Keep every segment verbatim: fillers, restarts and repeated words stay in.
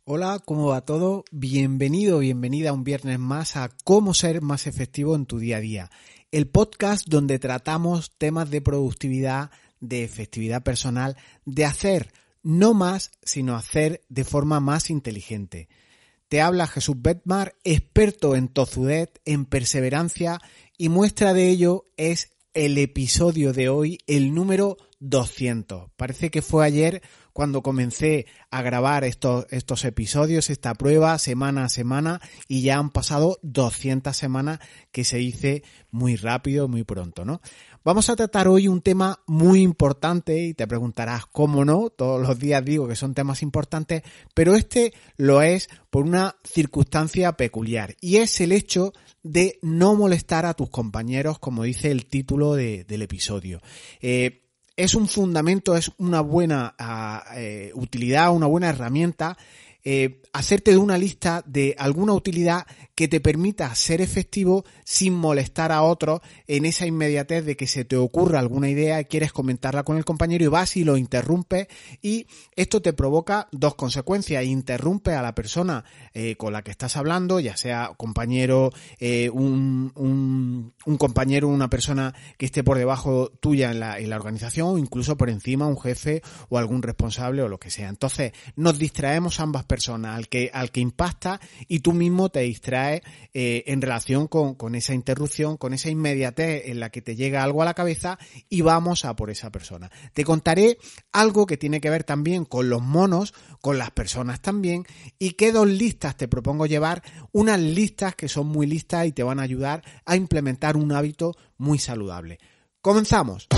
Hola, ¿cómo va todo? Bienvenido, bienvenida un viernes más a Cómo ser más efectivo en tu día a día. El podcast donde tratamos temas de productividad, de efectividad personal, de hacer no más, sino hacer de forma más inteligente. Te habla Jesús Bedmar, experto en tozudet, en perseverancia, y muestra de ello es el episodio de hoy, el número doscientos. Parece que fue ayer cuando comencé a grabar estos, estos episodios, esta prueba, semana a semana, y ya han pasado doscientas semanas, que se dice muy rápido, muy pronto, ¿no? Vamos a tratar hoy un tema muy importante y te preguntarás cómo no, todos los días digo que son temas importantes, pero este lo es por una circunstancia peculiar, y es el hecho de no molestar a tus compañeros, como dice el título de, del episodio. Eh, Es un fundamento, es una buena uh, eh, utilidad, una buena herramienta, eh, hacerte de una lista de alguna utilidad que te permita ser efectivo sin molestar a otros en esa inmediatez de que se te ocurra alguna idea y quieres comentarla con el compañero y vas y lo interrumpes, y esto te provoca dos consecuencias: interrumpe a la persona eh, con la que estás hablando, ya sea compañero, eh, un, un, un compañero, una persona que esté por debajo tuya en la, en la organización, o incluso por encima un jefe o algún responsable o lo que sea. Entonces nos distraemos ambas personas, al que, al que impacta, y tú mismo te distraes eh, en relación con, con esa interrupción, con esa inmediatez en la que te llega algo a la cabeza y vamos a por esa persona. Te contaré algo que tiene que ver también con los monos, con las personas también, y qué dos listas te propongo llevar, unas listas que son muy listas y te van a ayudar a implementar un hábito muy saludable. ¡Comenzamos!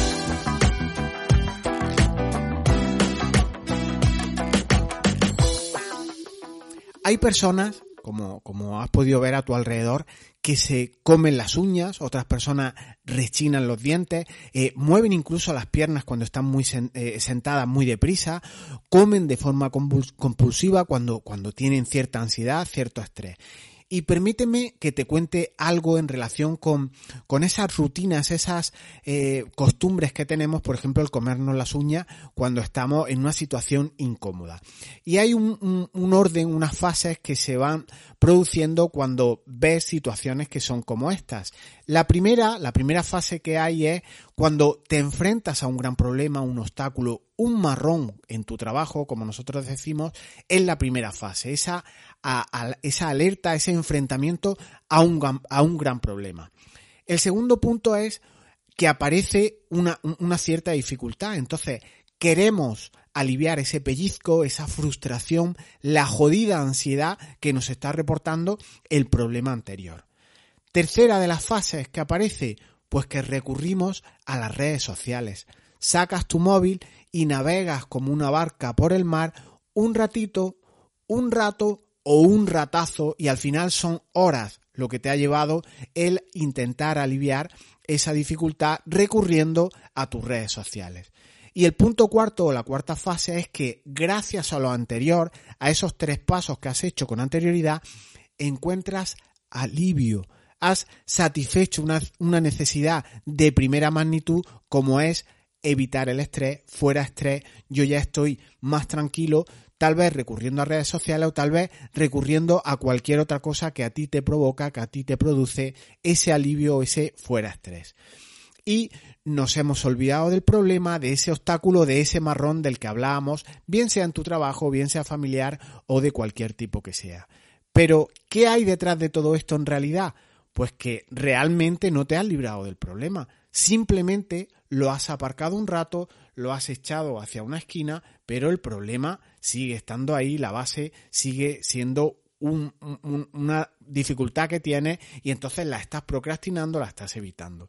Hay personas, como, como has podido ver a tu alrededor, que se comen las uñas, otras personas rechinan los dientes, eh, mueven incluso las piernas cuando están muy sen, eh, sentadas muy deprisa, comen de forma compulsiva cuando, cuando tienen cierta ansiedad, cierto estrés. Y permíteme que te cuente algo en relación con, con esas rutinas, esas eh, costumbres que tenemos, por ejemplo, el comernos las uñas cuando estamos en una situación incómoda. Y hay un, un, un orden, unas fases que se van produciendo cuando ves situaciones que son como estas. La primera, la primera fase que hay es cuando te enfrentas a un gran problema, un obstáculo, un marrón en tu trabajo, como nosotros decimos, es la primera fase, esa, a, a, esa alerta, ese enfrentamiento a un, a un gran problema. El segundo punto es que aparece una, una cierta dificultad, entonces queremos aliviar ese pellizco, esa frustración, la jodida ansiedad que nos está reportando el problema anterior. Tercera de las fases que aparece, pues que recurrimos a las redes sociales. Sacas tu móvil y navegas como una barca por el mar un ratito, un rato o un ratazo, y al final son horas lo que te ha llevado el intentar aliviar esa dificultad recurriendo a tus redes sociales. Y el punto cuarto o la cuarta fase es que gracias a lo anterior, a esos tres pasos que has hecho con anterioridad, encuentras alivio. Has satisfecho una, una necesidad de primera magnitud, como es evitar el estrés. Fuera estrés, yo ya estoy más tranquilo, tal vez recurriendo a redes sociales o tal vez recurriendo a cualquier otra cosa que a ti te provoca, que a ti te produce ese alivio o ese fuera estrés. Y nos hemos olvidado del problema, de ese obstáculo, de ese marrón del que hablábamos, bien sea en tu trabajo, bien sea familiar o de cualquier tipo que sea. Pero, ¿qué hay detrás de todo esto en realidad? Pues que realmente no te has librado del problema. Simplemente lo has aparcado un rato, lo has echado hacia una esquina, pero el problema sigue estando ahí, la base sigue siendo un, un, una dificultad que tienes, y entonces la estás procrastinando, la estás evitando.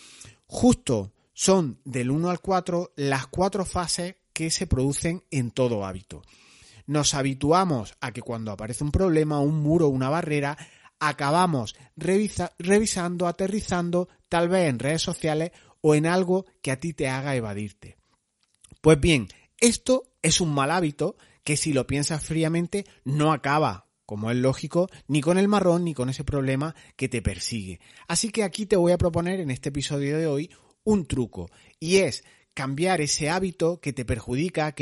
Justo son del uno al cuatro las cuatro fases que se producen en todo hábito. Nos habituamos a que cuando aparece un problema, un muro, una barrera, acabamos revisa, revisando, aterrizando, tal vez en redes sociales o en algo que a ti te haga evadirte. Pues bien, esto es un mal hábito que, si lo piensas fríamente, no acaba, como es lógico, ni con el marrón ni con ese problema que te persigue. Así que aquí te voy a proponer en este episodio de hoy un truco, y es cambiar ese hábito que te perjudica, que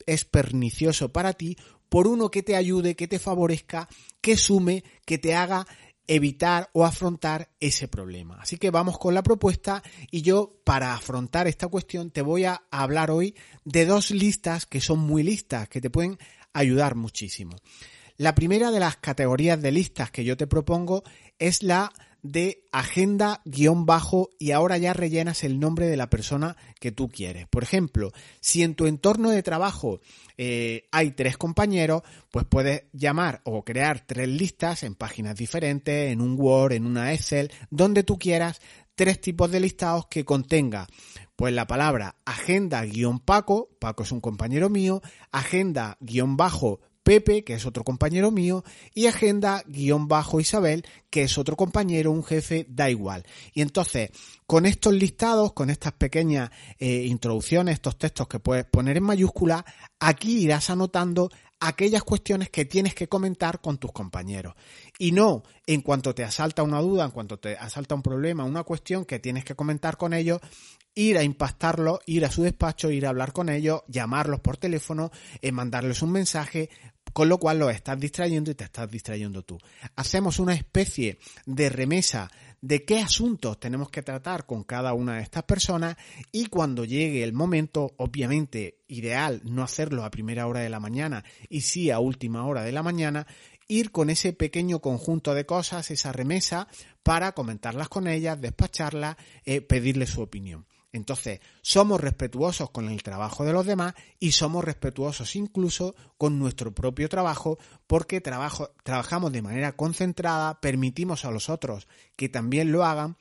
es pernicioso para ti por uno que te ayude, que te favorezca, que sume, que te haga evitar o afrontar ese problema. Así que vamos con la propuesta y yo, para afrontar esta cuestión, te voy a hablar hoy de dos listas que son muy listas, que te pueden ayudar muchísimo. La primera de las categorías de listas que yo te propongo es la de agenda guión bajo y ahora ya rellenas el nombre de la persona que tú quieres. Por ejemplo, si en tu entorno de trabajo eh, hay tres compañeros, pues puedes llamar o crear tres listas en páginas diferentes, en un Word, en una Excel, donde tú quieras, tres tipos de listados que contenga pues la palabra agenda guión Paco, Paco es un compañero mío, agenda guión bajo Pepe, que es otro compañero mío, y agenda guión bajo Isabel, que es otro compañero, un jefe, da igual. Y entonces, con estos listados, con estas pequeñas eh, introducciones, estos textos que puedes poner en mayúscula, aquí irás anotando aquellas cuestiones que tienes que comentar con tus compañeros. Y no en cuanto te asalta una duda, en cuanto te asalta un problema, una cuestión que tienes que comentar con ellos, ir a impactarlos, ir a su despacho, ir a hablar con ellos, llamarlos por teléfono, eh, mandarles un mensaje, con lo cual los estás distrayendo y te estás distrayendo tú. Hacemos una especie de remesa de qué asuntos tenemos que tratar con cada una de estas personas y cuando llegue el momento, obviamente ideal no hacerlo a primera hora de la mañana y sí a última hora de la mañana, ir con ese pequeño conjunto de cosas, esa remesa, para comentarlas con ellas, despacharlas, eh, pedirles su opinión. Entonces, somos respetuosos con el trabajo de los demás y somos respetuosos incluso con nuestro propio trabajo porque trabajo, trabajamos de manera concentrada, permitimos a los otros que también lo hagan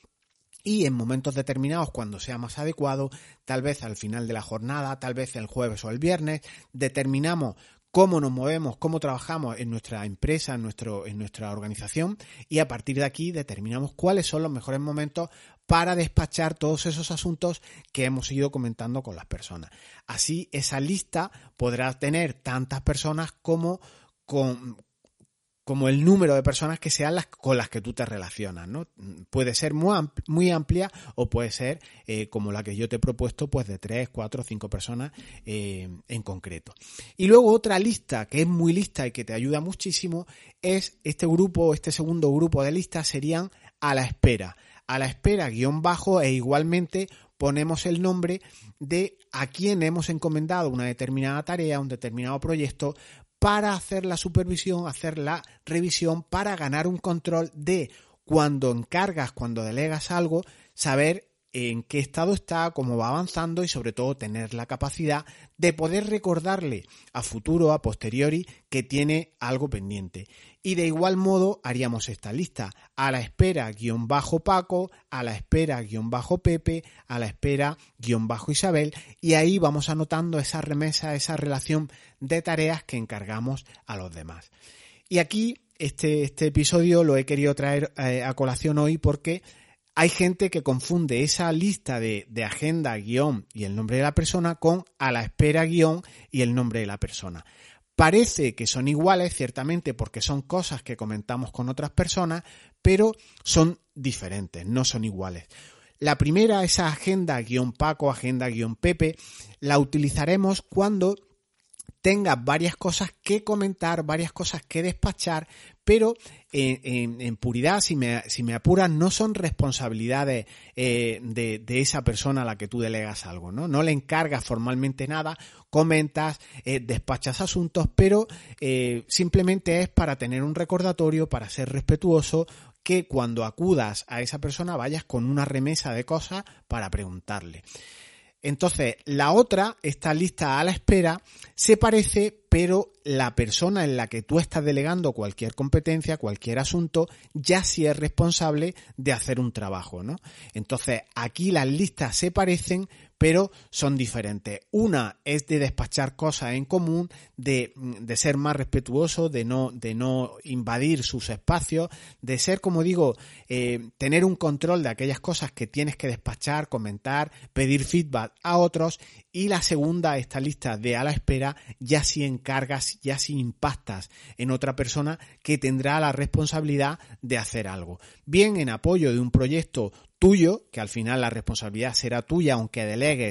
y en momentos determinados, cuando sea más adecuado, tal vez al final de la jornada, tal vez el jueves o el viernes, determinamos cómo nos movemos, cómo trabajamos en nuestra empresa, en, nuestro, en nuestra organización y a partir de aquí determinamos cuáles son los mejores momentos para despachar todos esos asuntos que hemos ido comentando con las personas. Así, esa lista podrá tener tantas personas como, con, como el número de personas que sean las con las que tú te relacionas, ¿no? Puede ser muy, ampl- muy amplia o puede ser eh, como la que yo te he propuesto, pues de tres, cuatro, cinco personas eh, en concreto. Y luego otra lista que es muy lista y que te ayuda muchísimo es este grupo, este segundo grupo de listas serían a la espera. A la espera guión bajo e igualmente ponemos el nombre de a quién hemos encomendado una determinada tarea, un determinado proyecto para hacer la supervisión, hacer la revisión, para ganar un control de cuando encargas, cuando delegas algo, saber en qué estado está, cómo va avanzando y sobre todo tener la capacidad de poder recordarle a futuro, a posteriori, que tiene algo pendiente. Y de igual modo haríamos esta lista, a la espera guión bajo Paco, a la espera guión bajo Pepe, a la espera guión bajo Isabel y ahí vamos anotando esa remesa, esa relación de tareas que encargamos a los demás. Y aquí este, este episodio lo he querido traer eh, a colación hoy porque hay gente que confunde esa lista de, de agenda guión y el nombre de la persona con a la espera guión y el nombre de la persona. Parece que son iguales, ciertamente, porque son cosas que comentamos con otras personas, pero son diferentes, no son iguales. La primera, esa agenda guión Paco, agenda guión Pepe, la utilizaremos cuando tengas varias cosas que comentar, varias cosas que despachar, pero en, en, en puridad, si me, si me apuras, no son responsabilidades eh, de, de esa persona a la que tú delegas algo, ¿no? No le encargas formalmente nada, comentas, eh, despachas asuntos, pero eh, simplemente es para tener un recordatorio, para ser respetuoso, que cuando acudas a esa persona vayas con una remesa de cosas para preguntarle. Entonces, la otra, esta lista a la espera, se parece, pero la persona en la que tú estás delegando cualquier competencia, cualquier asunto, ya sí es responsable de hacer un trabajo, ¿no? Entonces, aquí las listas se parecen, pero son diferentes. Una es de despachar cosas en común, de, de ser más respetuoso, de no, de no invadir sus espacios, de ser, como digo, eh, tener un control de aquellas cosas que tienes que despachar, comentar, pedir feedback a otros. Y la segunda, esta lista de a la espera, ya sí encargas, ya sí impactas en otra persona que tendrá la responsabilidad de hacer algo. Bien en apoyo de un proyecto tuyo, que al final la responsabilidad será tuya, aunque delegues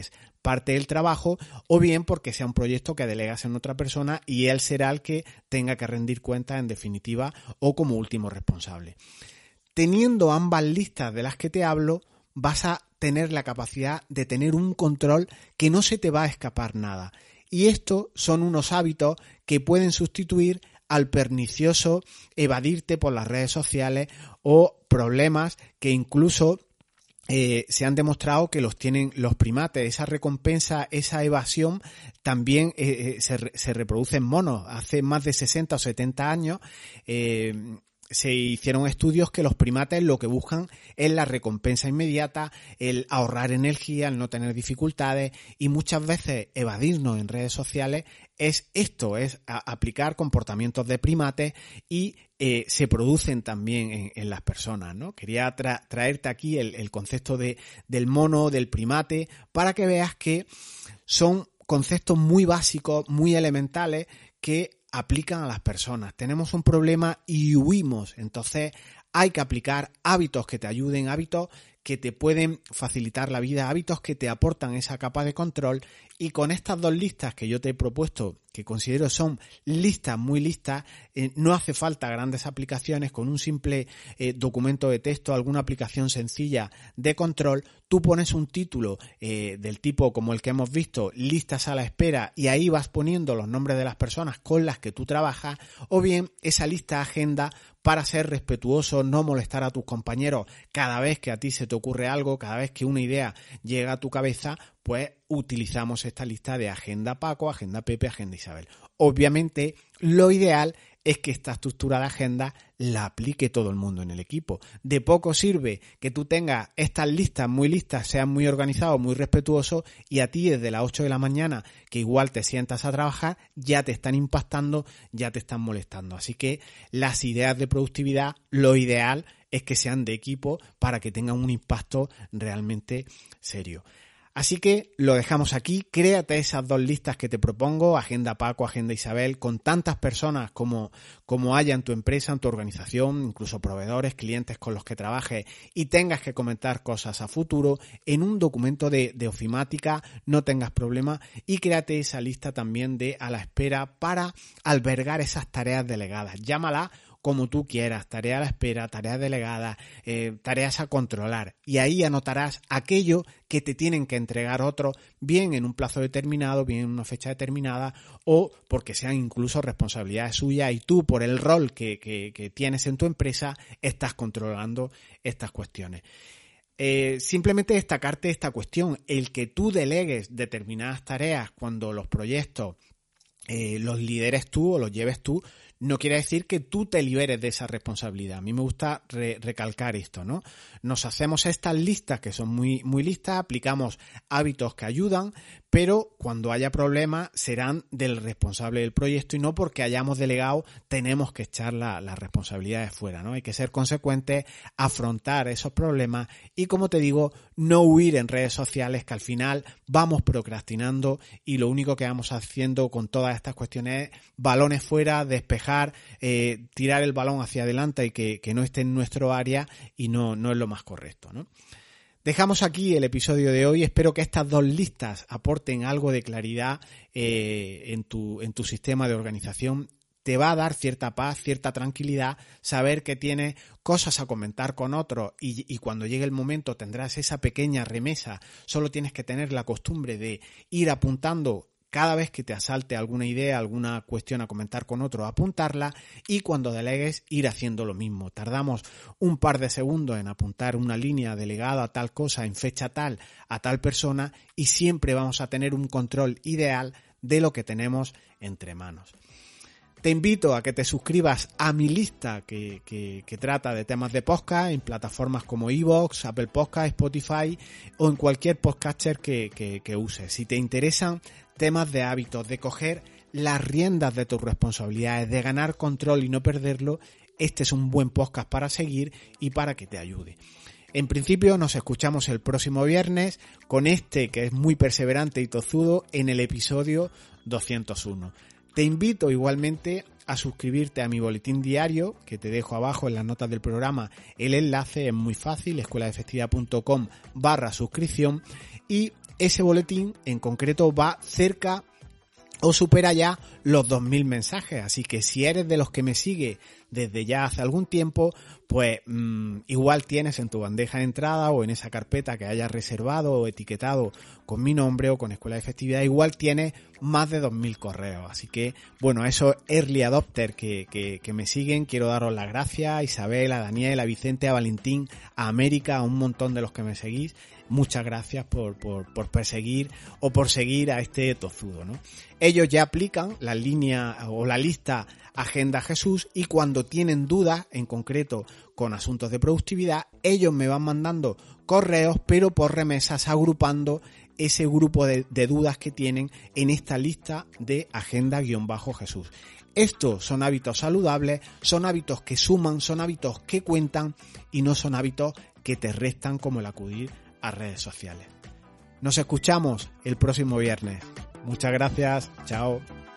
parte del trabajo, o bien porque sea un proyecto que delegas en otra persona y él será el que tenga que rendir cuentas en definitiva o como último responsable. Teniendo ambas listas de las que te hablo, vas a tener la capacidad de tener un control que no se te va a escapar nada. Y estos son unos hábitos que pueden sustituir al pernicioso evadirte por las redes sociales o problemas que incluso eh, se han demostrado que los tienen los primates. Esa recompensa, esa evasión también eh, eh, se, se reproduce en monos. Hace más de sesenta o setenta años eh, se hicieron estudios que los primates lo que buscan es la recompensa inmediata, el ahorrar energía, el no tener dificultades, y muchas veces evadirnos en redes sociales es esto, es a, aplicar comportamientos de primates y eh, se producen también en, en las personas, ¿no? Quería tra- traerte aquí el, el concepto de, del mono, del primate, para que veas que son conceptos muy básicos, muy elementales, que aplican a las personas. Tenemos un problema y huimos, entonces hay que aplicar hábitos que te ayuden, hábitos que te pueden facilitar la vida, hábitos que te aportan esa capa de control, y con estas dos listas que yo te he propuesto, que considero son listas muy listas, eh, no hace falta grandes aplicaciones. Con un simple eh, documento de texto, alguna aplicación sencilla de control, tú pones un título eh, del tipo como el que hemos visto, listas a la espera, y ahí vas poniendo los nombres de las personas con las que tú trabajas, o bien esa lista agenda para ser respetuoso, no molestar a tus compañeros cada vez que a ti se te ocurre algo, cada vez que una idea llega a tu cabeza, pues utilizamos esta lista de agenda Paco, agenda Pepe, agenda Isabel. Obviamente, lo ideal es que esta estructura de agenda la aplique todo el mundo en el equipo. De poco sirve que tú tengas estas listas muy listas, seas muy organizado, muy respetuoso, y a ti desde las ocho de la mañana, que igual te sientas a trabajar, ya te están impactando, ya te están molestando. Así que las ideas de productividad, lo ideal es que sean de equipo para que tengan un impacto realmente serio. Así que lo dejamos aquí. Créate esas dos listas que te propongo, agenda Paco, agenda Isabel, con tantas personas como, como haya en tu empresa, en tu organización, incluso proveedores, clientes con los que trabajes y tengas que comentar cosas a futuro, en un documento de, de ofimática, no tengas problema, y créate esa lista también de a la espera para albergar esas tareas delegadas. Llámala como tú quieras, tarea a la espera, tareas delegadas, eh, tareas a controlar, y ahí anotarás aquello que te tienen que entregar otros, bien en un plazo determinado, bien en una fecha determinada, o porque sean incluso responsabilidades suyas y tú, por el rol que, que, que tienes en tu empresa, estás controlando estas cuestiones. Eh, simplemente destacarte esta cuestión, el que tú delegues determinadas tareas cuando los proyectos eh, los lideres tú o los lleves tú, no quiere decir que tú te liberes de esa responsabilidad. A mí me gusta re- recalcar esto, ¿no? Nos hacemos estas listas que son muy, muy listas, aplicamos hábitos que ayudan, pero cuando haya problemas serán del responsable del proyecto y no porque hayamos delegado tenemos que echar la, las responsabilidades fuera, ¿no? Hay que ser consecuentes, afrontar esos problemas y, como te digo, no huir en redes sociales, que al final vamos procrastinando y lo único que vamos haciendo con todas estas cuestiones es balones fuera, despejar, eh, tirar el balón hacia adelante y que, que no esté en nuestro área, y no, no es lo más correcto, ¿no? Dejamos aquí el episodio de hoy. Espero que estas dos listas aporten algo de claridad eh, en tu, en tu sistema de organización. Te va a dar cierta paz, cierta tranquilidad, saber que tienes cosas a comentar con otros y, y cuando llegue el momento tendrás esa pequeña remesa. Solo tienes que tener la costumbre de ir apuntando cada vez que te asalte alguna idea, alguna cuestión a comentar con otro, apuntarla, y cuando delegues ir haciendo lo mismo. Tardamos un par de segundos en apuntar una línea delegada a tal cosa en fecha tal a tal persona y siempre vamos a tener un control ideal de lo que tenemos entre manos. Te invito a que te suscribas a mi lista que, que, que trata de temas de podcast en plataformas como iVoox, Apple Podcast, Spotify o en cualquier podcatcher que, que, que uses. Si te interesan temas de hábitos, de coger las riendas de tus responsabilidades, de ganar control y no perderlo, este es un buen podcast para seguir y para que te ayude. En principio nos escuchamos el próximo viernes con este que es muy perseverante y tozudo en el episodio doscientos uno. Te invito igualmente a suscribirte a mi boletín diario, que te dejo abajo en las notas del programa. El enlace es muy fácil, escuela de efectividad punto com barra suscripción, y ese boletín en concreto va cerca o supera ya los dos mil mensajes, así que si eres de los que me sigue desde ya hace algún tiempo, pues mmm, igual tienes en tu bandeja de entrada o en esa carpeta que hayas reservado o etiquetado con mi nombre o con Escuela de Efectividad, igual tienes más de dos mil correos, así que bueno, a esos early adopters que, que, que me siguen, quiero daros las gracias, a Isabel, a Daniel, a Vicente, a Valentín, a América, a un montón de los que me seguís. Muchas gracias por, por, por perseguir o por seguir a este tozudo, ¿no? Ellos ya aplican la línea o la lista Agenda Jesús y cuando tienen dudas, en concreto con asuntos de productividad, ellos me van mandando correos, pero por remesas, agrupando ese grupo de, de dudas que tienen en esta lista de Agenda-Jesús. Estos son hábitos saludables, son hábitos que suman, son hábitos que cuentan y no son hábitos que te restan como el acudir a redes sociales. Nos escuchamos el próximo viernes. Muchas gracias. Chao.